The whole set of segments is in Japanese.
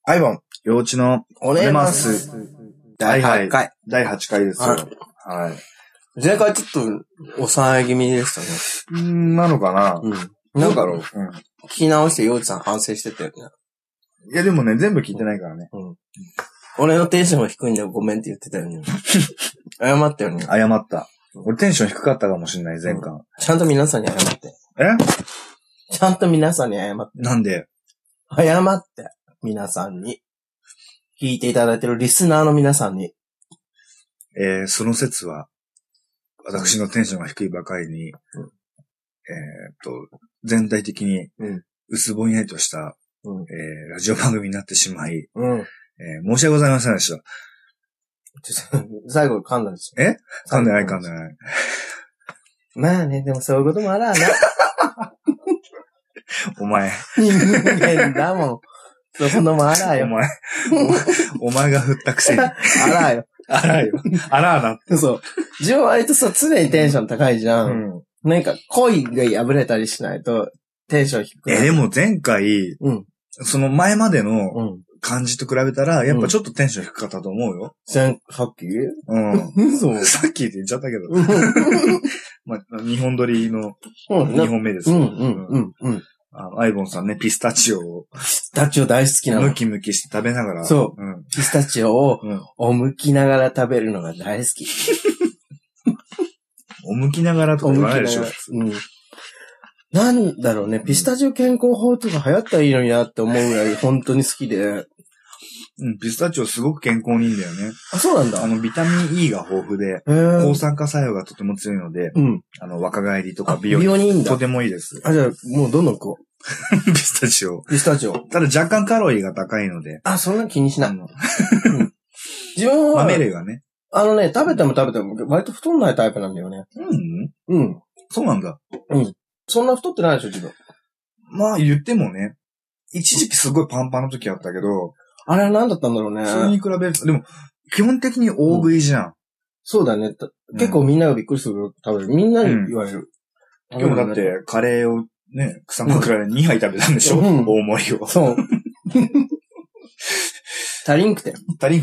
アイボン、幼稚のおねます。第8回。 第8回ですよ。はい。 前回ちょっと抑え気味でしたね。 なのかな。 なんだろう。 聞き直して幼稚さん反省してたよね。 いやでもね、全部聞いてないからね。 俺のテンションが低いんだよ、ごめんって言ってたよね。謝ったよね。 謝った。俺テンション低かったかもしれない、前回。 ちゃんと皆さんに謝って。ちゃんと皆さんに謝って。 なんで謝って。皆さんに。聞いていただいてるリスナーの皆さんに。 その説は、私のテンションが低いばかりに、全体的に薄ぼんやりとした、ラジオ番組になってしまい、申し訳ございませんでした。 最後噛んだんですよ。 噛んでない。 まあね、でもそういうこともあらあな。 お前。 人間だもん。そういうこともあらよ。 お前が振ったくせに。 あらよ。 あらなって。 そう。自分は割とさ、常にテンション高いじゃん。なんか恋が破れたりしないとテンション低くなる。 でも前回、その前までの感じと比べたら、やっぱちょっとテンション低かったと思うよ。 さっきそう。さっきって言っちゃったけど。まあ、2本撮りの2本目です。アイボンさんね、ピスタチオを。 ピスタチオ大好きなの。 ムキムキして食べながら。 そう。ピスタチオをおむきながら食べるのが大好き。 おむきながらとか言わないでしょ。 なんだろうね、ピスタチオ健康法とか流行ったらいいのになって思うぐらい本当に好きで。 ピスタチオすごく健康にいいんだよね。 あ、そうなんだ。 ビタミン E が豊富で、抗酸化作用がとても強いので、若返りとか美容にとてもいいです。 じゃあ、もうどんどん食おう。 ピスタチオ。ただ若干カロリーが高いので。 そんな気にしない。自分は、 豆類がね。 食べても割と太んないタイプなんだよね。 そうなんだ。 そんな太ってないでしょ、自分。 まあ言ってもね、一時期すごいパンパンの時あったけど、 あれは何だったんだろうね。 それに比べると、でも、基本的に大食いじゃん。 そうだね。結構みんながびっくりする食べる。みんなに言われる。 今日もだって、カレーをね、草枕で2杯食べたんでしょ、大盛りを。 そう。足りんくて。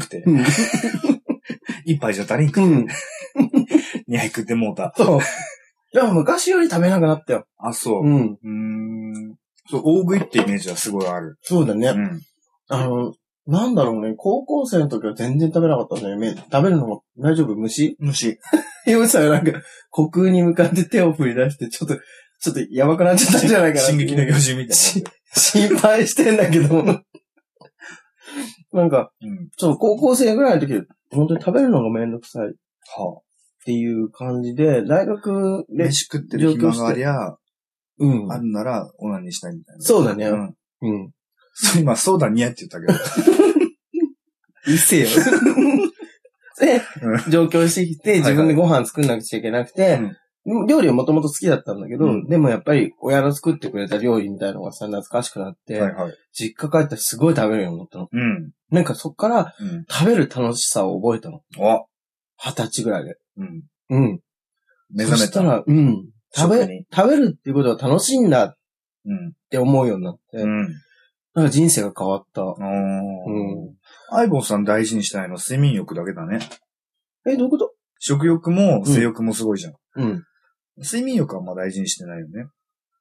1杯じゃ足りんくて。2杯食ってもうた。 そう。いや、昔より食べなくなったよ。 あ、そう。そう、大食いってイメージはすごいある。 そうだね。なんだろうね、高校生の時は全然食べなかったね。食べるのも大丈夫？虫。ヨウさんなんか、虚空に向かって手を振り出して、ちょっとやばくなっちゃったんじゃないかな。 進撃の巨人みたいな。 心配してんだけど。なんか、高校生ぐらいの時、本当に食べるのがめんどくさい。っていう感じで、大学で。 飯食ってる暇がありゃ、あるなら、オナニーしたいみたいな。 そうだね。 今、そうだにゃって言ったけど。 うっせえよ。で、上京してきて、自分でご飯作んなくちゃいけなくて、料理はもともと好きだったんだけど、でもやっぱり親の作ってくれた料理みたいなのがさ、懐かしくなって、実家帰ったらすごい食べるようになったの。なんかそっから、食べる楽しさを覚えたの。20歳ぐらいで。 目覚めた。 そしたら、食べるっていうことは楽しいんだって思うようになって、なんか人生が変わった。 アイボンさん大事にしたいのは睡眠欲だけだね。 どういうこと？ 食欲も性欲もすごいじゃん。睡眠欲はあんま大事にしてないよね。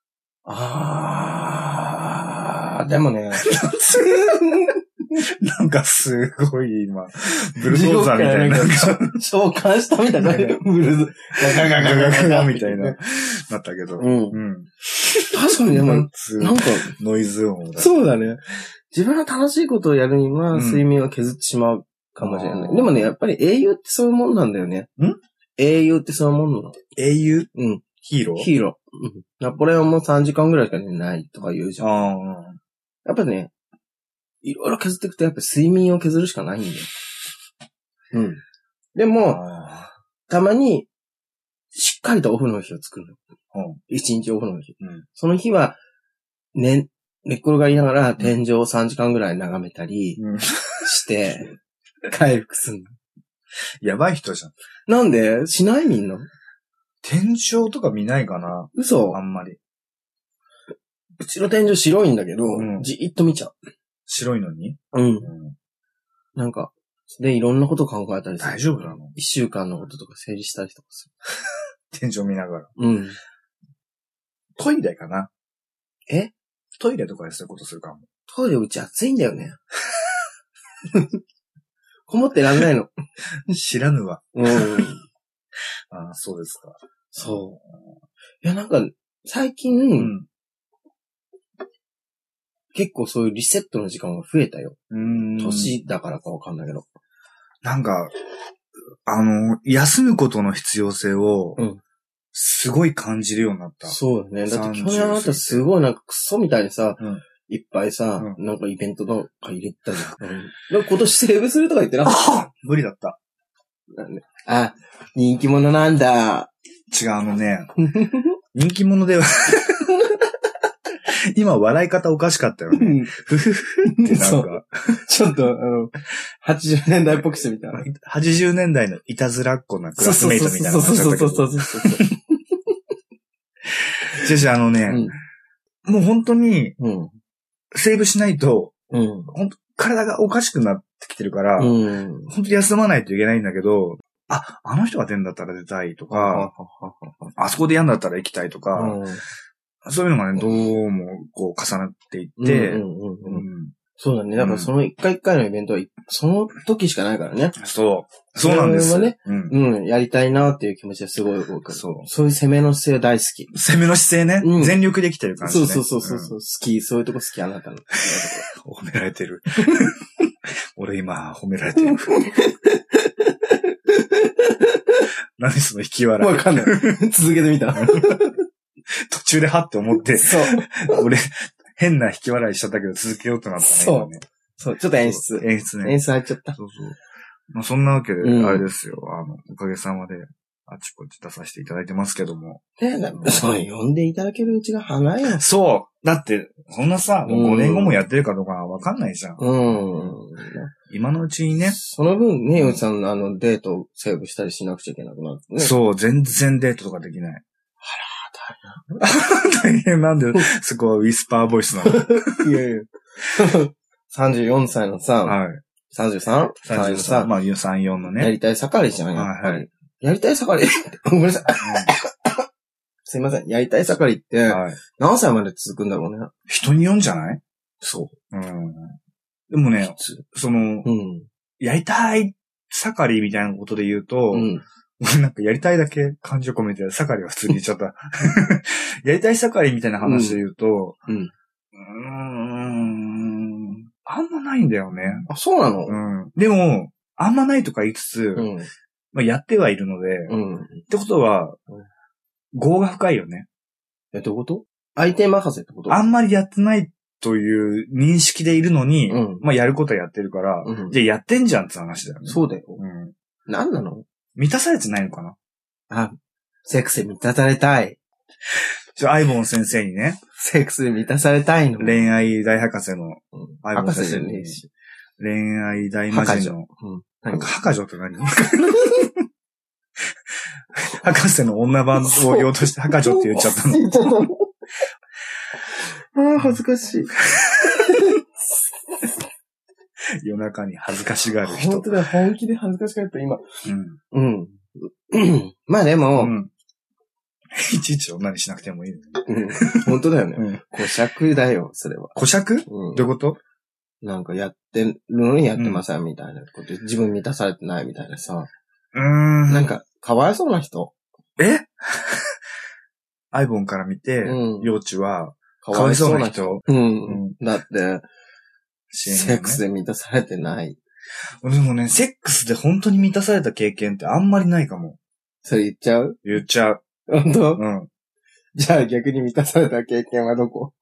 でもね。 なんかすごい今、ブルドーザーみたいな。 召喚したみたいな。ブルドーガガガガガガみたいな、なったけど。 確かにでも、なんか、 ノイズ音だ。 そうだね。自分の楽しいことをやるには、睡眠を削ってしまうかもしれない。でもね、やっぱり英雄ってそういうもんなんだよね。英雄ってそういうもんなの。 英雄？ヒーロー？ ナポレオンも3時間ぐらいしか寝ないとか言うじゃん。やっぱね、いろいろ削っていくとやっぱ睡眠を削るしかないんだよ。でも、たまに、しっかりとオフの日を作るの。一日オフの日。その日は、寝っ転がりながら天井を3時間ぐらい眺めたりして、回復するの。 やばい人じゃん。 なんで？しないみんな。 天井とか見ないかな？ 嘘？ あんまり。 うちの天井白いんだけど、じーっと見ちゃう。 白いのになんか、で、いろんなこと考えたりする。 大丈夫なの？ 1 週間のこととか整理したりとかする。天井見ながら。 トイレかな？トイレとかでそういうことするかも。 トイレうち暑いんだよね。こもってらんないの。 知らぬわ。ああ、そうですか。 そう。いや、なんか、最近、結構そういうリセットの時間が増えたよ。年だからかわかんないけど。 なんか、休むことの必要性を、すごい感じるようになった。 そうだね。だって去年あなたすごいなんかクソみたいにさ、いっぱいさ、なんかイベントとか入れたじゃん。今年セーブするとか言ってなかった。 無理だった。 あ、人気者なんだ。 違う人気者では、今笑い方おかしかったよね。ふふふってなんか。 ちょっと、80年代っぽくしてみたいな。 80年代のいたずらっ子なクラスメイトみたいな感じだったけど。そう。もう本当に、セーブしないと、本当体がおかしくなってきてるから、本当に休まないといけないんだけど、あの人が出るんだったら出たいとか、あそこでやんだったら行きたいとか、そういうのがね、どうもこう重なっていって、 そうだね。だからその一回一回のイベントは、その時しかないからね。 そうなんです。 それはね、やりたいなっていう気持ちはすごい多く。そういう攻めの姿勢大好き。 攻めの姿勢ね。全力できてる感じね。 そう。好き。そういうとこ好き、あなたの。 褒められてる。俺今、褒められてる。何その引き笑い。 わかんない。続けてみた。 途中ではって思って。俺、変な引き笑いしちゃったけど続けようとなったね。 そう。ちょっと演出。 演出ね。 演出入っちゃった。 まあそんなわけで、あれですよ。おかげさまで、あちこち出させていただいてますけども。 呼んでいただけるうちが花よ。 そう。だって、そんなさ、もう5年後もやってるかどうかわかんないじゃん。今のうちにね。その分ね、 うちさん、デートセーブしたりしなくちゃいけなくなるね。 そう、全然デートとかできない。大変なんで、そこはウィスパーボイスなの。 いや。34歳のさ、33歳のさ、 まあ34のね。 やりたい盛りじゃん、やっぱり。やりたい盛りごめんなさい。すいません。やりたい盛りって、何歳まで続くんだろうね。 人によんじゃない？ そう。 でもね、やりたい盛りみたいなことで言うと、なんかやりたいだけ感情込めて、盛りは普通に言っちゃった。やりたい盛りみたいな話で言うと、あんまないんだよね。 あ、そうなの？ でも、あんまないとか言いつつ、まあ、やってはいるので、ってことは、業が深いよね。 どういうこと？相手任せってこと？ あんまりやってないという認識でいるのに、まあやることはやってるから、じゃあやってんじゃんって話だよね。 そうだよ。何なの？ 満たされてないのかな？ セックスで満たされたい。 アイボン先生にね。 セックスで満たされたいの。 恋愛大博士のアイボン先生に。 恋愛大魔人の。博女って何？博士の女版を用として博女って言っちゃったの。恥ずかしい。 夜中に恥ずかしがる人。 本当だ、本気で恥ずかしがった、今。まあでも、 いちいち女にしなくてもいい、 本当だよね。小尺だよ、それは。 小尺？どういうこと？ なんかやってるのにやってませんみたいなこと、自分満たされてないみたいなさ。なんか、かわいそうな人。 アイボンから見て、幼稚は、かわいそうな人。 だって、セックスで満たされてない。 でもね、セックスで本当に満たされた経験ってあんまりないかも。 それ言っちゃう？ 言っちゃう。 本当？じゃあ逆に満たされた経験はどこ？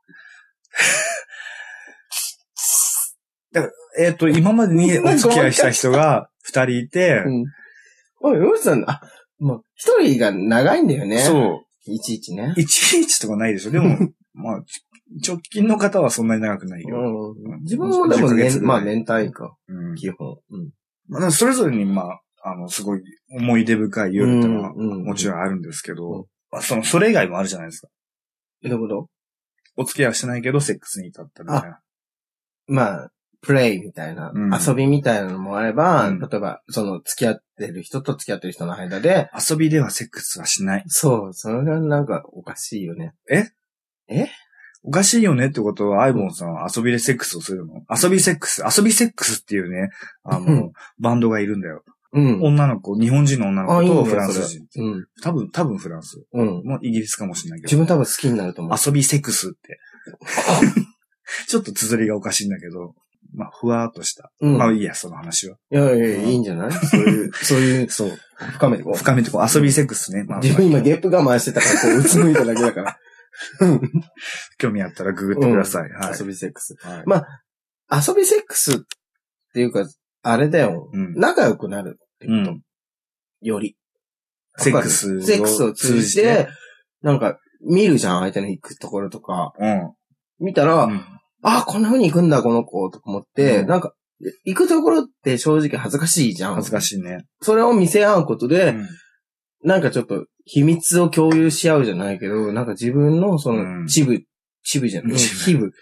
だから今までにお付き合いした人が2人いて、 おい、ヨシさん、もう1人が長いんだよね。 そう。 いちいちね。 いちいちとかないでしょ。でも、まあ、直近の方はそんなに長くないよ。 自分もでもまあ年単位か。基本。 まあ、それぞれにまあ、すごい思い出深い夜ってのはもちろんあるんですけど、それ以外もあるじゃないですか。 どういうこと？ お付き合いはしてないけど、セックスに至ったみたいな。 まあ、 プレイみたいな、遊びみたいなのもあれば、例えば、その付き合ってる人と付き合ってる人の間で、 遊びではセックスはしない。 そう、それがなんかおかしいよね。 おかしいよねってことは、アイボンさんは遊びでセックスをするの？遊びセックスっていうね、バンドがいるんだよ。女の子、日本人の女の子とフランス人。多分フランス。もうイギリスかもしれないけど。 自分多分好きになると思う。 遊びセックスって。ちょっと綴りがおかしいんだけど、まあ、ふわーっとした。まあいいや、その話は。 いや、いいんじゃない？そういう、そう。深めてこう。 遊びセックスね。 自分今ゲップ我慢してたから、こう、うつむいただけだから。 興味あったらググってください。 遊びセックス。まあ、遊びセックスっていうか、あれだよ。仲良くなるってこと。より。 セックスを通じて、なんか、見るじゃん、相手の行くところとか。見たら、こんな風に行くんだ、この子、とか思って、なんか、行くところって正直恥ずかしいじゃん。 恥ずかしいね。 それを見せ合うことで、なんかちょっと秘密を共有し合うじゃないけど、なんか自分のその、チブじゃない、ヒブ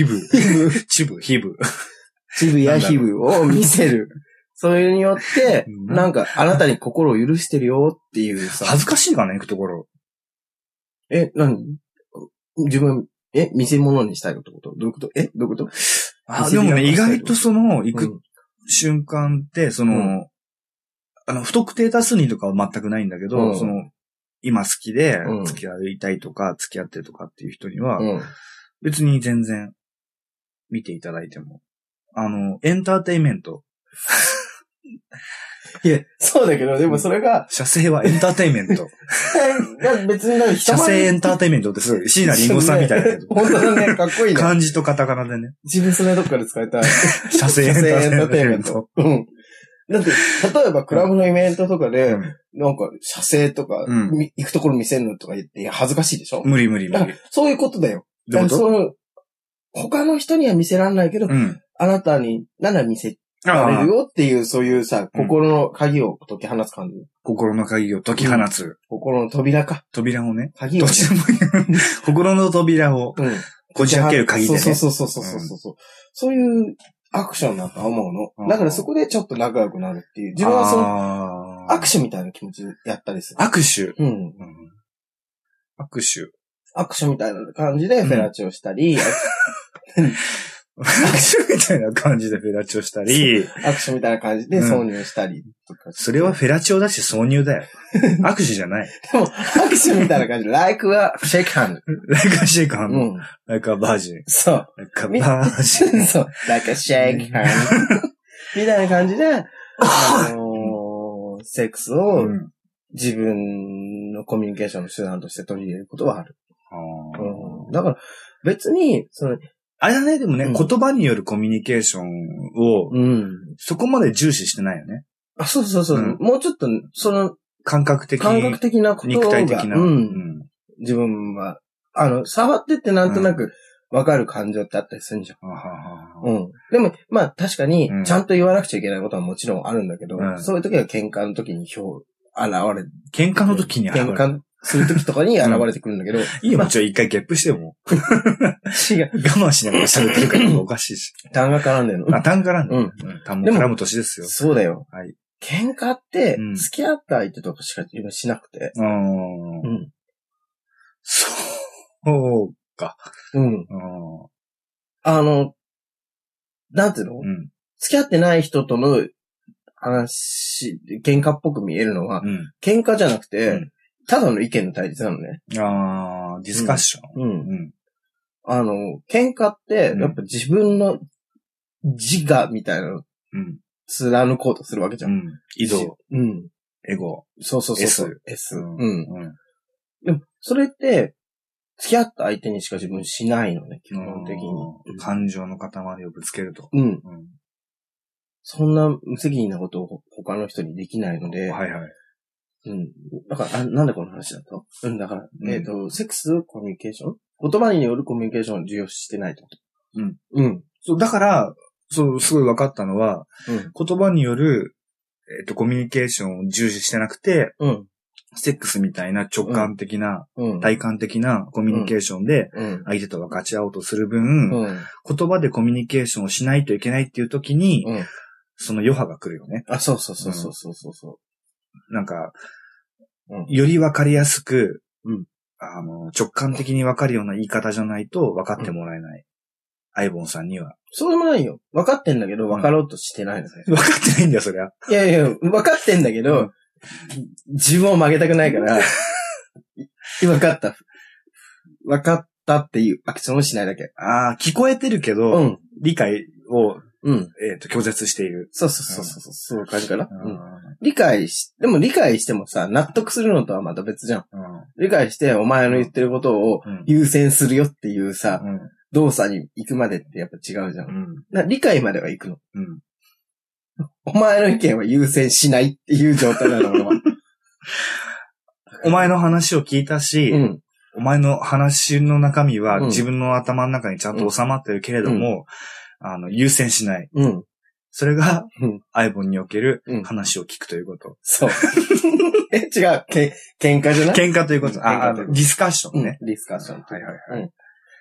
やヒブを見せる。それによって、なんかあなたに心を許してるよっていうさ。 恥ずかしいかね、行くところ。 何？自分、見せ物にしたいってこと？どういうこと？どういうこと？ でもね、意外とその、行く瞬間って、その、不特定多数にとかは全くないんだけど、その、今好きで、付き合いたいとか、付き合ってるとかっていう人には、別に全然、見ていただいても。エンターテイメント。 いや、そうだけど、でもそれが。 射精はエンターテイメント。 別に射精エンターテイメントってすごい、椎名林檎さんみたいだけど。 本当だね、かっこいいね。 漢字とカタカナでね。 自分それどっかで使いたい。 射精エンターテイメント。 だって、例えばクラブのイベントとかで、なんか、射精とか、行くところ見せるのとか言って、恥ずかしいでしょ？ 無理。 そういうことだよ。他の人には見せられないけど、あなたになら見せられるよっていう、そういうさ、心の鍵を解き放つ感じ。 心の鍵を解き放つ。 心の扉か。 扉をね。 鍵を。 心の扉を、こじ開ける鍵でね。 そう。そういうアクションだと思うの。だからそこでちょっと仲良くなるっていう。自分はその、握手みたいな気持ちでやったりする。 握手握手みたいな感じでフェラチオしたり、 握手みたいな感じでフェラチオしたり、 握手みたいな感じで挿入したりとか。 それはフェラチオだし挿入だよ。握手じゃない。 でも、握手みたいな感じで、like a shake hand. like a shake hand. like a virgin. そう。 like a virgin. そう。like a shake hand. みたいな感じで、セックスを自分のコミュニケーションの手段として取り入れることはある。だから別に、 あれだね、でもね、言葉によるコミュニケーションを、そこまで重視してないよね。 そう。もうちょっと、 感覚的なことが、 肉体的な。 自分は、触ってってなんとなく分かる感情ってあったりするんじゃん。でも、まあ確かに、ちゃんと言わなくちゃいけないことはもちろんあるんだけど、そういう時は喧嘩の時に現れる。 喧嘩の時に現れる。 喧嘩する時とかに現れてくるんだけど。 いいよ、一回ゲップしても。 違う。 我慢しながら喋ってるからおかしいし。 単が絡んでるの。 単絡んでる。単も絡む年ですよ。 そうだよ。はい。喧嘩って、付き合った相手とかしか今しなくて。 そうか。 なんていうの？付き合ってない人との話、喧嘩っぽく見えるのは、喧嘩じゃなくて、ただの意見の対立なのね。 ディスカッション。 喧嘩って、やっぱ自分の自我みたいなの、貫こうとするわけじゃん。 移動。エゴ。 そう。S。でも、それって、付き合った相手にしか自分しないのね、基本的に。 感情の塊をぶつけると。 そんな無責任なことを他の人にできないので。だから、なんでこの話だと？だから、セックス、コミュニケーション？言葉によるコミュニケーションを重要視してないってこと。 そう、だから、すごい分かったのは、言葉による、コミュニケーションを重視してなくて、 セックスみたいな直感的な、体感的なコミュニケーションで、相手と分かち合おうとする分、言葉でコミュニケーションをしないといけないっていう時に、その余波が来るよね。 あ、そうそうそうそうそうそう。 なんか、より分かりやすく、直感的に分かるような言い方じゃないと分かってもらえない。アイボンさんには。 そうでもないよ。分かってんだけど、分かろうとしてないのね。 分かってないんだよ、そりゃ。 いやいや、分かってんだけど、自分を曲げたくないから、分かった。分かったっていうアクションをしないだけ。 ああ、聞こえてるけど、理解を、拒絶している。 そうそうそう、そういう感じかな。でも理解してもさ、納得するのとはまた別じゃん。理解して、お前の言ってることを優先するよっていうさ、動作に行くまでってやっぱ違うじゃん。理解までは行くの。お前の意見は優先しないっていう状態なの、俺は。 お前の話を聞いたし、お前の話の中身は自分の頭の中にちゃんと収まってるけれども、優先しない。それが、アイボンにおける話を聞くということ。 そう。違う。喧嘩じゃない？ 喧嘩ということ。ディスカッションね。 ディスカッション。はいはいはい。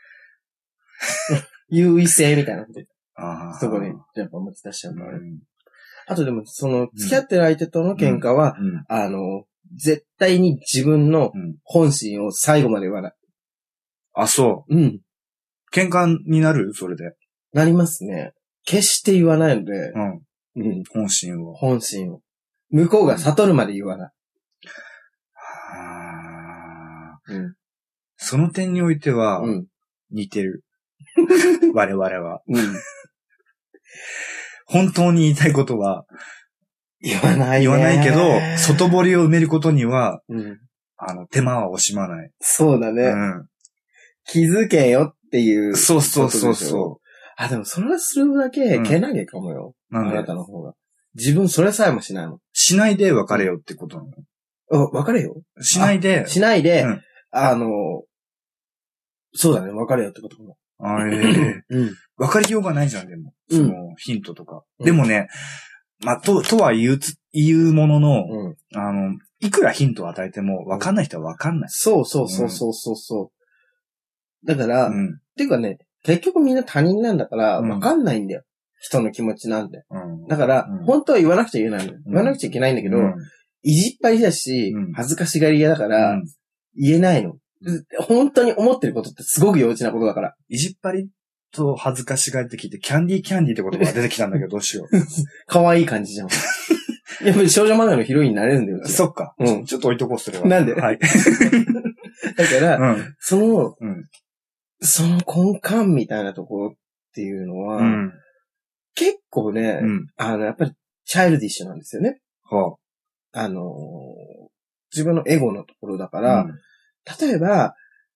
優位性みたいなこと。そこで、やっぱ持ち出しちゃうから。あとでも、付き合ってる相手との喧嘩は、絶対に自分の本心を最後まで言わない。 あ、そう。喧嘩になる？それで。 なりますね。決して言わないので。 本心を。 本心を。向こうが悟るまで言わない。 その点においては、似てる。我々は。本当に言いたいことは、 言わないけど、外堀を埋めることには、手間は惜しまない。 そうだね。気づけよっていう。 そうそうそうそう。 あ、でもそれするだけ、けなげかもよ。あなたの方が。自分それさえもしないもん。 しないで別れよってことなの？ 別れよ？ しないで。 しないで、そうだね、別れよってことかも。 分かりようがないじゃん、でも。その、ヒントとか。でもね、とは言うものの、いくらヒントを与えても、分かんない人は分かんない。 そうそうそうそうそう。だから、っていうかね、結局みんな他人なんだから、分かんないんだよ。人の気持ちなんで。だから、本当は言わなくちゃいけないの。言わなくちゃいけないんだけど、意地っ張りだし、恥ずかしがり屋だから、言えないの。本当に思ってることってすごく幼稚なことだから。 意地っ張りと恥ずかしがりって聞いて、キャンディーって言葉が出てきたんだけど、どうしよう。 可愛い感じじゃん。やっぱり少女漫画のヒロインになれるんだよ。 そっか。ちょっと置いとこう、それは。 なんで？ はい。 だから、その根幹みたいなところっていうのは、結構ね、やっぱりチャイルディッシュなんですよね。自分のエゴのところだから、例えば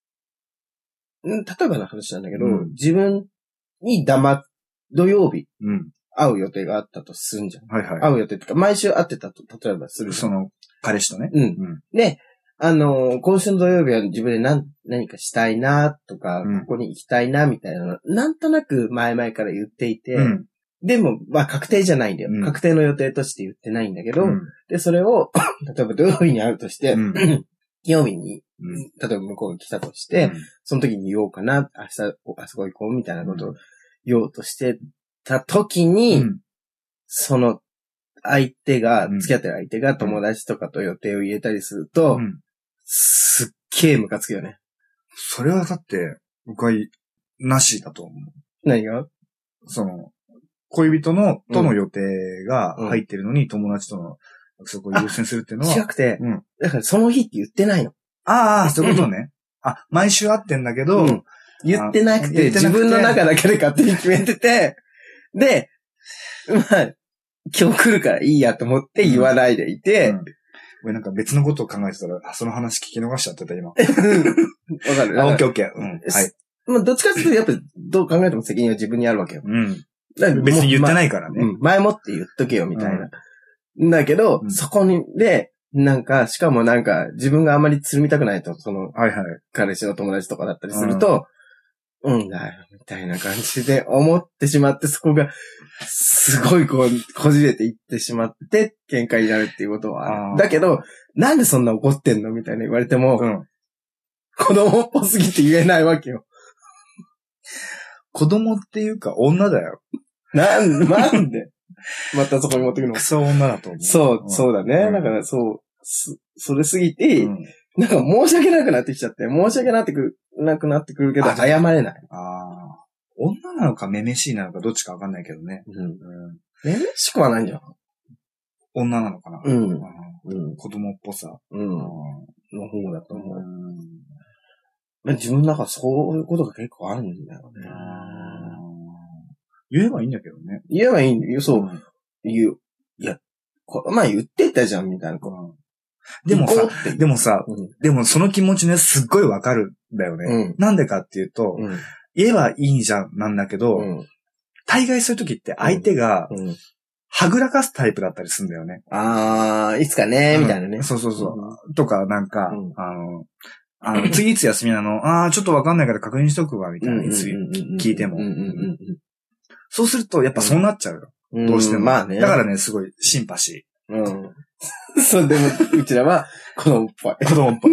の話なんだけど、自分に土曜日、会う予定があったとすんじゃん。会う予定ってか、毎週会ってたと、例えばする。 その、彼氏とね。 で、今週の土曜日は自分で何かしたいなとか、ここに行きたいなみたいなの、なんとなく前々から言っていて、でも、確定じゃないんだよ。確定の予定として言ってないんだけど、で、それを、例えば土曜日に会うとして、金曜日に、例えば向こうが来たとして、その時に言おうかな、明日、あそこ行こうみたいなことを言おうとしてた時に、その付き合ってる相手が友達とかと予定を入れたりすると、すっげームカつくよね。 それはだって、僕はなしだと思う。 何が？ 恋人との予定が入ってるのに、友達との約束を優先するっていうのは。 違くて、だからその日って言ってないの。 そういうことね。毎週会ってんだけど、 言ってなくて、自分の中だけで勝手に決めてて、で、今日来るからいいやと思って言わないでいて、 俺なんか別のことを考えてたら、その話聞き逃しちゃってた、今。わかる。 オッケーオッケー。はい。 どっちかっていうと、やっぱどう考えても責任は自分にあるわけよ。 別に言ってないからね。 前もって言っとけよ、みたいな。だけど、そこで、しかも自分があまりつるみたくないと、彼氏の友達とかだったりすると、だよ、みたいな感じで思ってしまって、そこが、 すごいこじれていってしまって、喧嘩になるっていうことは。だけど、なんでそんな怒ってんのみたいな言われても、子供っぽすぎて言えないわけよ。 子供っていうか女だよ。 なんでまたそこに持ってくるの。 クソ女だと思う。 そうだね。だからそれすぎて、なんか申し訳なくなってきちゃって、申し訳なくなってくるけど、謝れない。 女なのかめめしいなのかどっちかわかんないけどね。 めめしくはないんじゃん。 女なのかな。子供っぽさ。 の方だと思う。自分の中そういうことが結構あるんだよね。 言えばいいんだけどね。 言えばいいんだよ。そう。いや、前言ってたじゃん、みたいな。 でもさ、その気持ちね、すっごいわかるんだよね。なんでかっていうと、言えばいいじゃんなんだけど、大概そういう時って相手が、はぐらかすタイプだったりするんだよね。 いつかね、みたいなね。 そう。とか、なんか、次いつ休みなの？ちょっとわかんないから確認しとくわ、みたいな。聞いても。そうすると、やっぱそうなっちゃうよ。どうしても。まあね。だからね、すごい、シンパシー。そう、でも、うちらは、子供っぽい。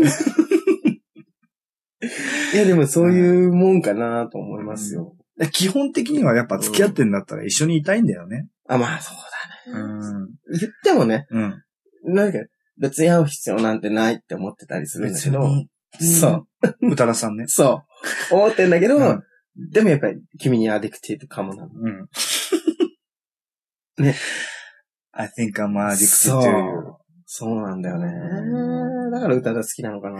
いや、でもそういうもんかなと思いますよ。 基本的にはやっぱ付き合ってんだったら一緒にいたいんだよね。 まあそうだね。言ってもね、なんか別に会う必要なんてないって思ってたりするんだけど、そう。 宇多田さんね。 そう。思ってんだけど、でもやっぱり君にアディクティブかもなの。ね。 I think I'm addicted to you. そうなんだよね。だから宇多田好きなのかな。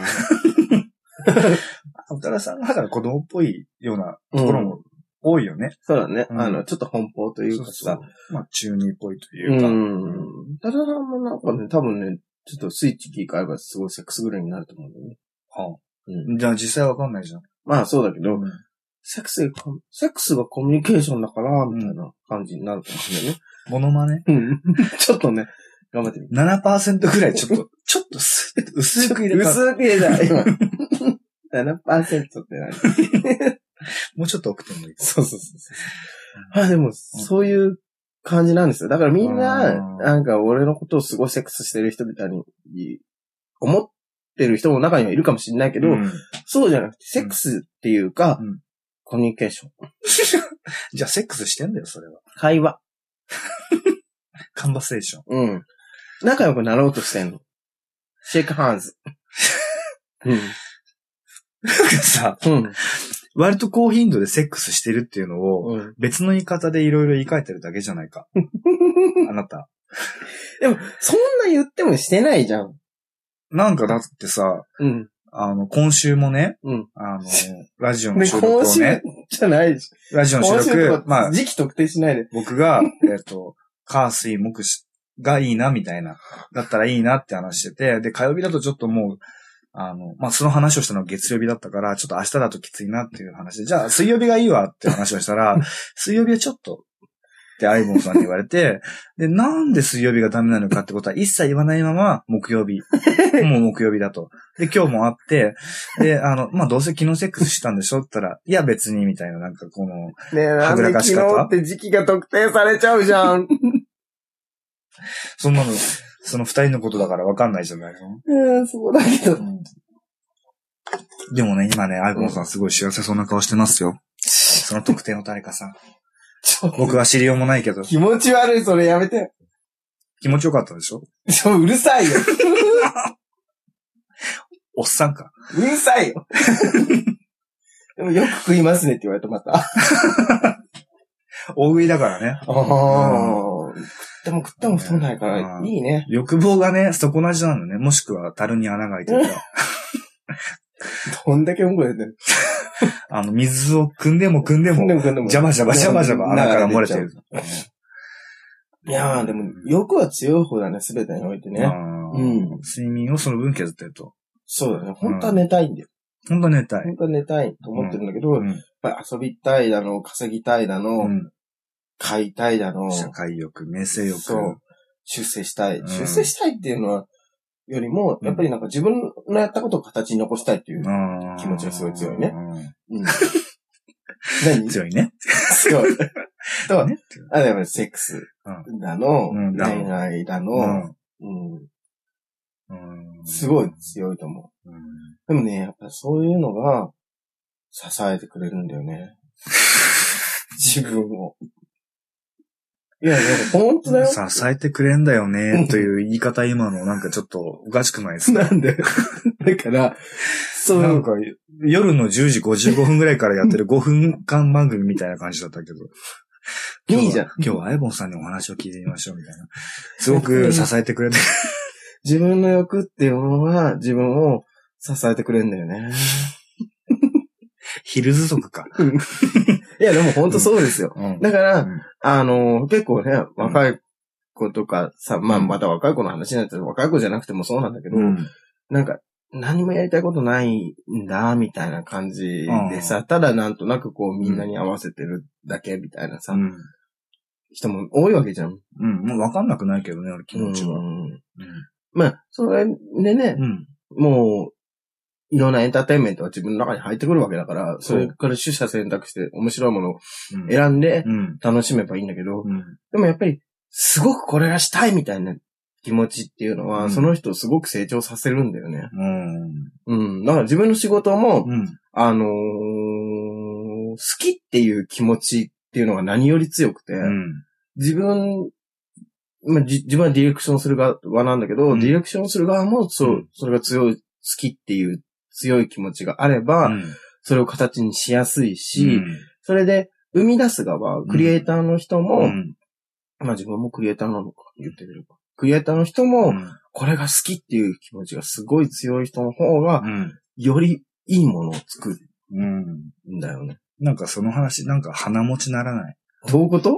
宇多田さんがだから子供っぽいようなところも多いよね。 そうだね。ちょっと奔放というかさ。 まあ中二っぽいというか。 宇多田さんもなんかね、多分ね、ちょっとスイッチ切り替えればすごいセックスぐらいになると思うんだよね。 じゃあ実際わかんないじゃん。 まあそうだけど、セックスがコミュニケーションだから、みたいな感じになると思うんだよね。 モノマネ？ ちょっとね、頑張ってみて。 7% ぐらいちょっと薄く入れた。 薄く入れた、今。7% って何？ もうちょっと送ってもいい。 そう。でも、そういう感じなんですよ。だからみんな、なんか俺のことをすごいセックスしてる人みたいに思ってる人も中にはいるかもしれないけど、そうじゃなくて、セックスっていうか、コミュニケーション。 じゃあセックスしてんだよ、それは。 会話。 カンバセーション。 仲良くなろうとしてんの。シェイクハンズ。 さ、割と高頻度でセックスしてるっていうのを、別の言い方でいろいろ言い換えてるだけじゃないか。あなた。 でも、そんな言ってもしてないじゃん。 なんかだってさ、今週もね、ラジオの収録をね。 今週じゃないし。 ラジオの収録、 まあ、時期特定しないで。 僕が、火水木がいいな、みたいな。だったらいいなって話してて、で、火曜日だとちょっともう、まあ、その話をしたのは月曜日だったから、ちょっと明日だときついなっていう話で、じゃあ水曜日がいいわって話をしたら、水曜日はちょっと、ってアイボンさんに言われて、で、なんで水曜日がダメなのかってことは一切言わないまま、木曜日。もう木曜日だと。で、今日もあって、で、まあ、どうせ昨日セックスしたんでしょって言ったら、いや別にみたいな、なんかこの、 ねえ、なんで昨日って時期が特定されちゃうじゃん。 そんなの、その二人のことだから分かんないじゃないの？ そうだけど。 でもね、今ね、アイボンさんすごい幸せそうな顔してますよ。その特定の誰かさん。僕は知りようもないけど。 気持ち悪い、それやめて。 気持ちよかったでしょ？ うるさいよ。 おっさんか。 うるさいよ。でもよく食いますねって言われてまた。 大食いだからね。 食っても太んないから、いいね。 欲望がね、底なしなのね。もしくは樽に穴が開いてるから。 どんだけうんこ出てる水を汲んでも、ジャバジャバ穴から漏れてる。 いやー、でも、欲は強い方だね、すべてにおいてね。 睡眠をその分削ってると。 そうだね。本当は寝たいんだよ。 本当は寝たい。 本当は寝たいと思ってるんだけど、やっぱり遊びたいだの、稼ぎたいだの、買いたいだの。 社会欲、名声欲。 そう。出世したい。出世したいっていうのは、よりも、やっぱりなんか自分のやったことを形に残したいっていう気持ちがすごい強いね。 何？強いね。 強い。 と、ね、でもセックスだの、恋愛だの、すごい強いと思う。でもね、やっぱそういうのが支えてくれるんだよね。自分を。いや、でも本当だよ。 支えてくれんだよね、という言い方今のなんかちょっとおかしくないですか？ なんでだから、 そう。なんか夜の10時55分ぐらいからやってる5分間番組みたいな感じだったけど。 いいじゃん。 今日はアイボンさんにお話を聞いてみましょうみたいな。すごく支えてくれてる。 自分の欲っていうものは自分を支えてくれるんだよね。 ヒルズ族か。 いや、でも本当そうですよ。だから、結構ね、若い子とかさ、また若い子の話になって若い子じゃなくてもそうなんだけど、なんか、何もやりたいことないんだ、みたいな感じでさ、ただなんとなくこうみんなに合わせてるだけみたいなさ、人も多いわけじゃん。 もうわかんなくないけどね、俺気持ちは。 まあ、それでね、もう、いろんなエンターテインメントが自分の中に入ってくるわけだから、それから取捨選択して面白いものを選んで楽しめばいいんだけど、でもやっぱり、すごくこれがしたいみたいな気持ちっていうのは、その人をすごく成長させるんだよね。だから自分の仕事も、好きっていう気持ちっていうのが何より強くて、自分はディレクションする側なんだけど、ディレクションする側もそれが強い、好きっていう強い気持ちがあれば、それを形にしやすいし、それで生み出す側、クリエイターの人も、まあ自分もクリエイターなのか言ってみれば。クリエイターの人も、これが好きっていう気持ちがすごい強い人の方が、よりいいものを作るんだよね。 なんかその話、なんか鼻持ちならない。 どういうこと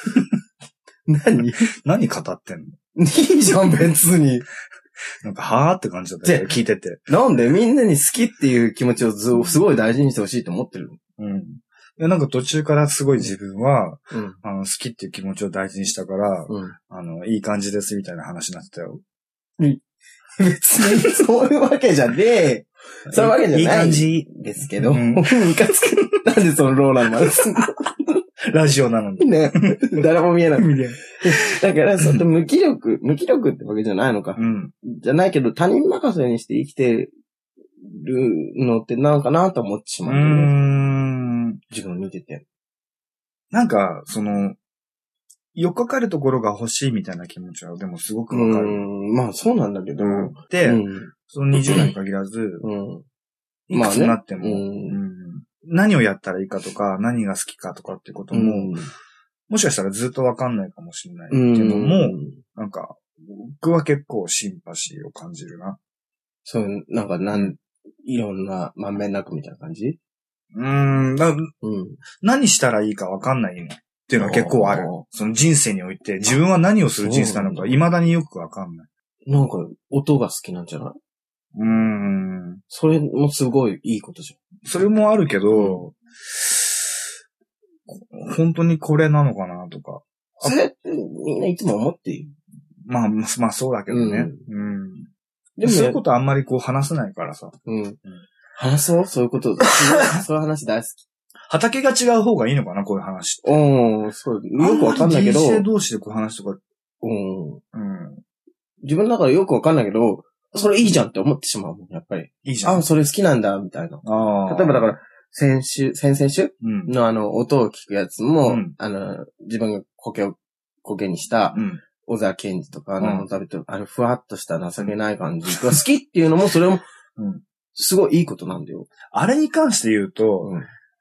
何語ってんの？ いいじゃん、別に。 なんか、はーって感じだったよ、聞いてて。 なんでみんなに好きっていう気持ちをすごい大事にしてほしいと思ってるの？ いや、なんか途中からすごい自分は、好きっていう気持ちを大事にしたから、いい感じですみたいな話になってたよ。 別にそういうわけじゃねえ。そういうわけじゃない。いい感じですけど。ムカつく。なんでそのローランまですんの？ ラジオなのに。 ね。誰も見えない。だから、無気力ってわけじゃないのか。じゃないけど、他人任せにして生きてるのってなんかなと思ってしまう、ね。自分を見てて。 なんか、よっかかるところが欲しいみたいな気持ちは、でもすごくわかる。 まあそうなんだけど。 で、その20代に限らず、いくつになっても、何をやったらいいかとか、何が好きかとかってことも、もしかしたらずっとわかんないかもしれないけども、なんか、僕は結構シンパシーを感じるな。 そう、なんかいろんなまんべんなくみたいな感じ？ 何したらいいかわかんないっていうのは結構ある。その人生において、自分は何をする人生なのか、未だによくわかんない。 なんか、音が好きなんじゃない？それもすごいいいことじゃん。 それもあるけど、本当にこれなのかなとか。 それってみんないつも思っている。 まあそうだけどね。でもそういうことあんまり話せないからさ。 話そういうこと。そういう話大好き。 畑が違う方がいいのかなこういう話って。 そう。よくわかんないけど。 人生同士でこう話とか。 自分の中でよくわかんないけど、それいいじゃんって思ってしまうもん、やっぱり。 いいじゃん。 それ好きなんだ、みたいな。例えばだから、先々週の音を聞くやつも、自分がコケにした、小沢健二とか、ふわっとした情けない感じが好きっていうのも、それも、すごいいいことなんだよ。 あれに関して言うと、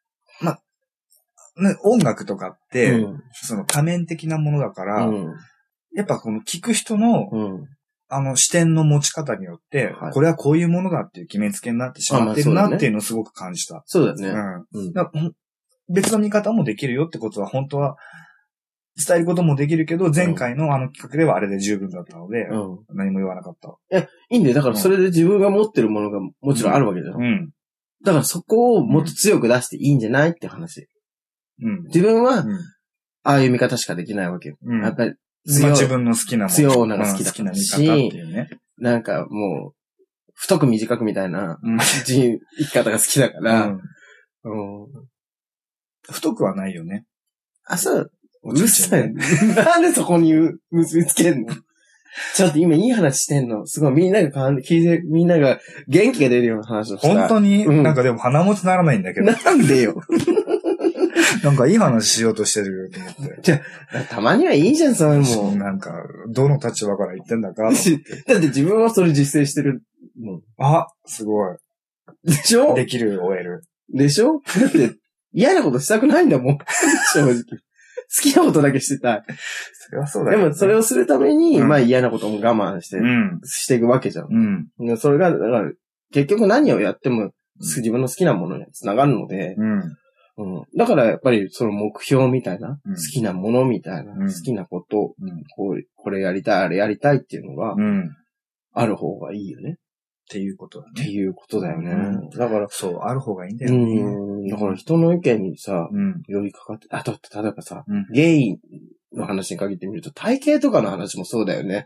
音楽とかって、その多面的なものだから、やっぱこの聞く人の、視点の持ち方によって、これはこういうものだっていう決めつけになってしまってるなっていうのをすごく感じた。 そうだね。 別の見方もできるよってことは本当は伝えることもできるけど、前回の企画ではあれで十分だったので、何も言わなかった。 いいんだよ。だからそれで自分が持ってるものがもちろんあるわけじゃん。だからそこをもっと強く出していいんじゃないって話。自分は、ああいう見方しかできないわけ。やっぱり自分の好きなもの。 強いのが好きだ好きな見方っていうね。 なんかもう、太く短くみたいな、生き方が好きだから、 太くはないよね。 そう。 うるさい。なんでそこに結びつけんの？ちょっと今いい話してんの。すごいみんなが聞いて、みんなが元気が出るような話をした。 本当に、なんかでも鼻持ちならないんだけど。 なんでよ。 なんかいい話しようとしてると思って。 じゃあ、たまにはいいじゃん、そういうのも。 なんか、どの立場から言ってんだかだって自分はそれ実践してるもん。 あ、すごい。 でしょ？ できる OL。 でしょ？だって嫌なことしたくないんだもん。正直。好きなことだけしてたい。 それはそうだよね。 でもそれをするために、まあ嫌なことも我慢して、していくわけじゃん。それが、だから結局何をやっても自分の好きなものにつながるので、だからやっぱりその目標みたいな、好きなものみたいな、好きなこと、これやりたい、あれやりたいっていうのが、ある方がいいよね。 っていうことだね。 っていうことだよね。だから、 そう、ある方がいいんだよね。 だから人の意見にさ、寄りかかって、あと、例えばさ、ゲイの話に限ってみると、体型とかの話もそうだよね。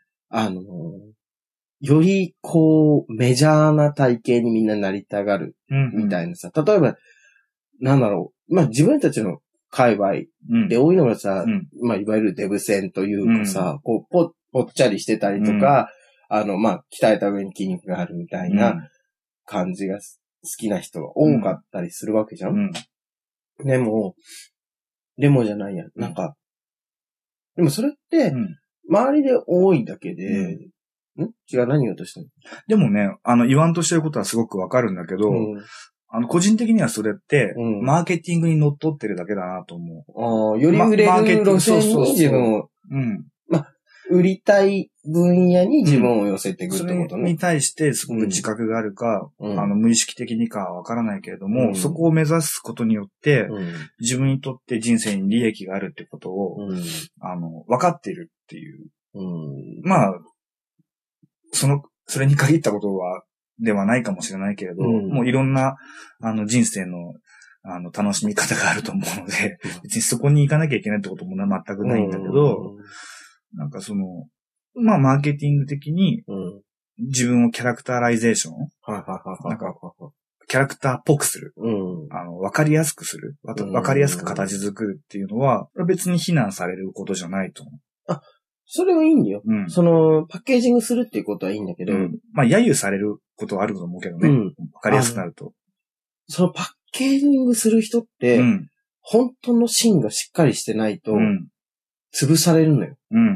よりこう、メジャーな体型にみんななりたがる、みたいなさ、例えば、なんだろう、まあ自分たちの界隈で多いのがさ、まあいわゆるデブ戦というかさ、こう、ぽっちゃりしてたりとか、まあ、鍛えた上に筋肉があるみたいな感じが好きな人が多かったりするわけじゃん。でもじゃないや。なんか、でもそれって、周りで多いだけで、違う、何言おうとしたの？ でもね、言わんとしてることはすごくわかるんだけど、個人的にはそれって、マーケティングに乗っ取ってるだけだなと思う。 より売れる路線に自分を、売りたい分野に自分を寄せていくってことね。 それに対してすごく自覚があるか、無意識的にかはわからないけれども、そこを目指すことによって、自分にとって人生に利益があるってことを、分かっているっていう。まあ、それに限ったことではないかもしれないけれど、もういろんな、人生の、楽しみ方があると思うので、別にそこに行かなきゃいけないってことも全くないんだけど、なんかまあ、マーケティング的に、自分をキャラクターライゼーション、なんか、キャラクターっぽくする。わかりやすくする。わかりやすく形作るっていうのは、別に非難されることじゃないと思う。 あ、それはいいんだよ。パッケージングするっていうことはいいんだけど。 まあ、揶揄されることはあると思うけどね。わかりやすくなると。 そのパッケージングする人って、本当の芯がしっかりしてないと、潰されるのよ。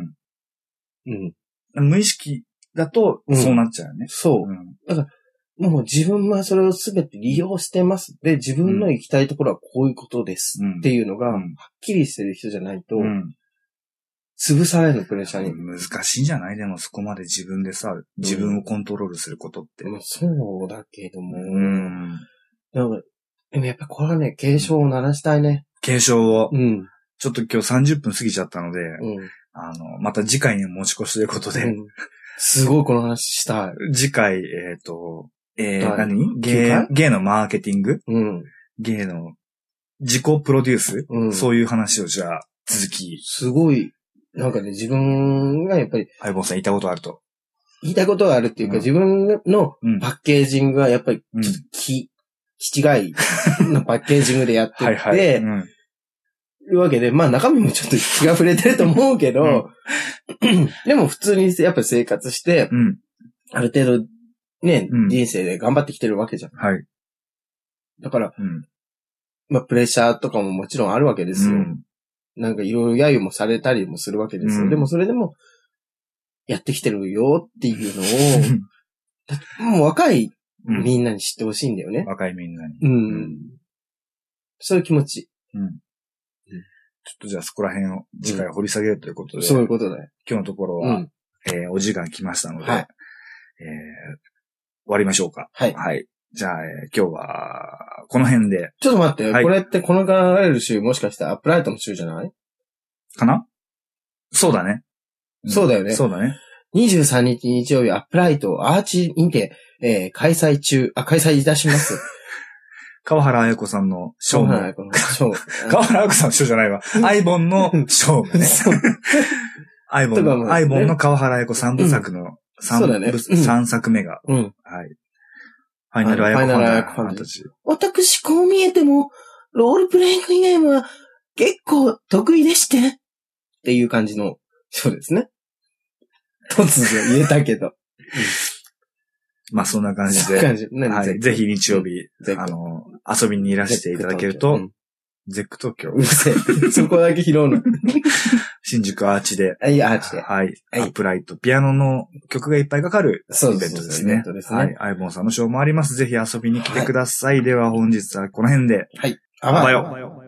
無意識だと、そうなっちゃうよね。 そう。だから、もう自分はそれをすべて利用してます。で、自分の行きたいところはこういうことです。っていうのが、はっきりしてる人じゃないと、潰されるプレッシャーに。 難しいんじゃない？でもそこまで自分でさ、自分をコントロールすることって。 そうだけども。でもやっぱこれはね、警鐘を鳴らしたいね。 警鐘を。ちょっと今日30分過ぎちゃったので、また次回に持ち越しということで。 すごいこの話したい。 次回、何？ゲイのマーケティング？ゲイの自己プロデュース？そういう話をじゃあ続き。 すごい、なんかね、自分がやっぱり。 相棒さん言いたいことあると。 言いたいことがあるっていうか、自分のパッケージングがやっぱり、気違いのパッケージングでやってって、いうわけで、まあ中身もちょっと気が触れてると思うけど、でも普通にやっぱり生活して、ある程度ね、人生で頑張ってきてるわけじゃん。だから、まあプレッシャーとかももちろんあるわけですよ。なんかいろいろ揶揄もされたりもするわけですよ。でもそれでも、やってきてるよっていうのを、もう若いみんなに知ってほしいんだよね。 若いみんなに。 そういう気持ち。 ちょっとじゃあそこら辺を次回掘り下げるということで。 そういうことだよ。 今日のところは、お時間来ましたので、終わりましょうか。はい。じゃあ、今日は、この辺で。 ちょっと待って、これってこの流れる週もしかしてアップライトの週じゃない？ かな？そうだね。 そうだよね。 そうだね。 23日日曜日アップライトアーチにて、開催いたします。 川原綾子さんのショー。川原綾子さんのショーじゃないわ。アイボンのショーね。アイボンの川原綾子3部作の3作目が。はい。ファイナル綾子ファンタジー。 私、こう見えても、ロールプレイングゲームは結構得意でしてっていう感じのショーですね。突如言えたけど。 まあそんな感じで。はい。ぜひ日曜日、遊びにいらしていただけると、ゼック東京。 うるせえ。そこだけ拾うの。 新宿アーチで。 はい、アーチで。 はい。アップライト、ピアノの曲がいっぱいかかるイベントですね。はい。アイボンさんのショーもあります。ぜひ遊びに来てください。では本日はこの辺で。 はい。 あばよ。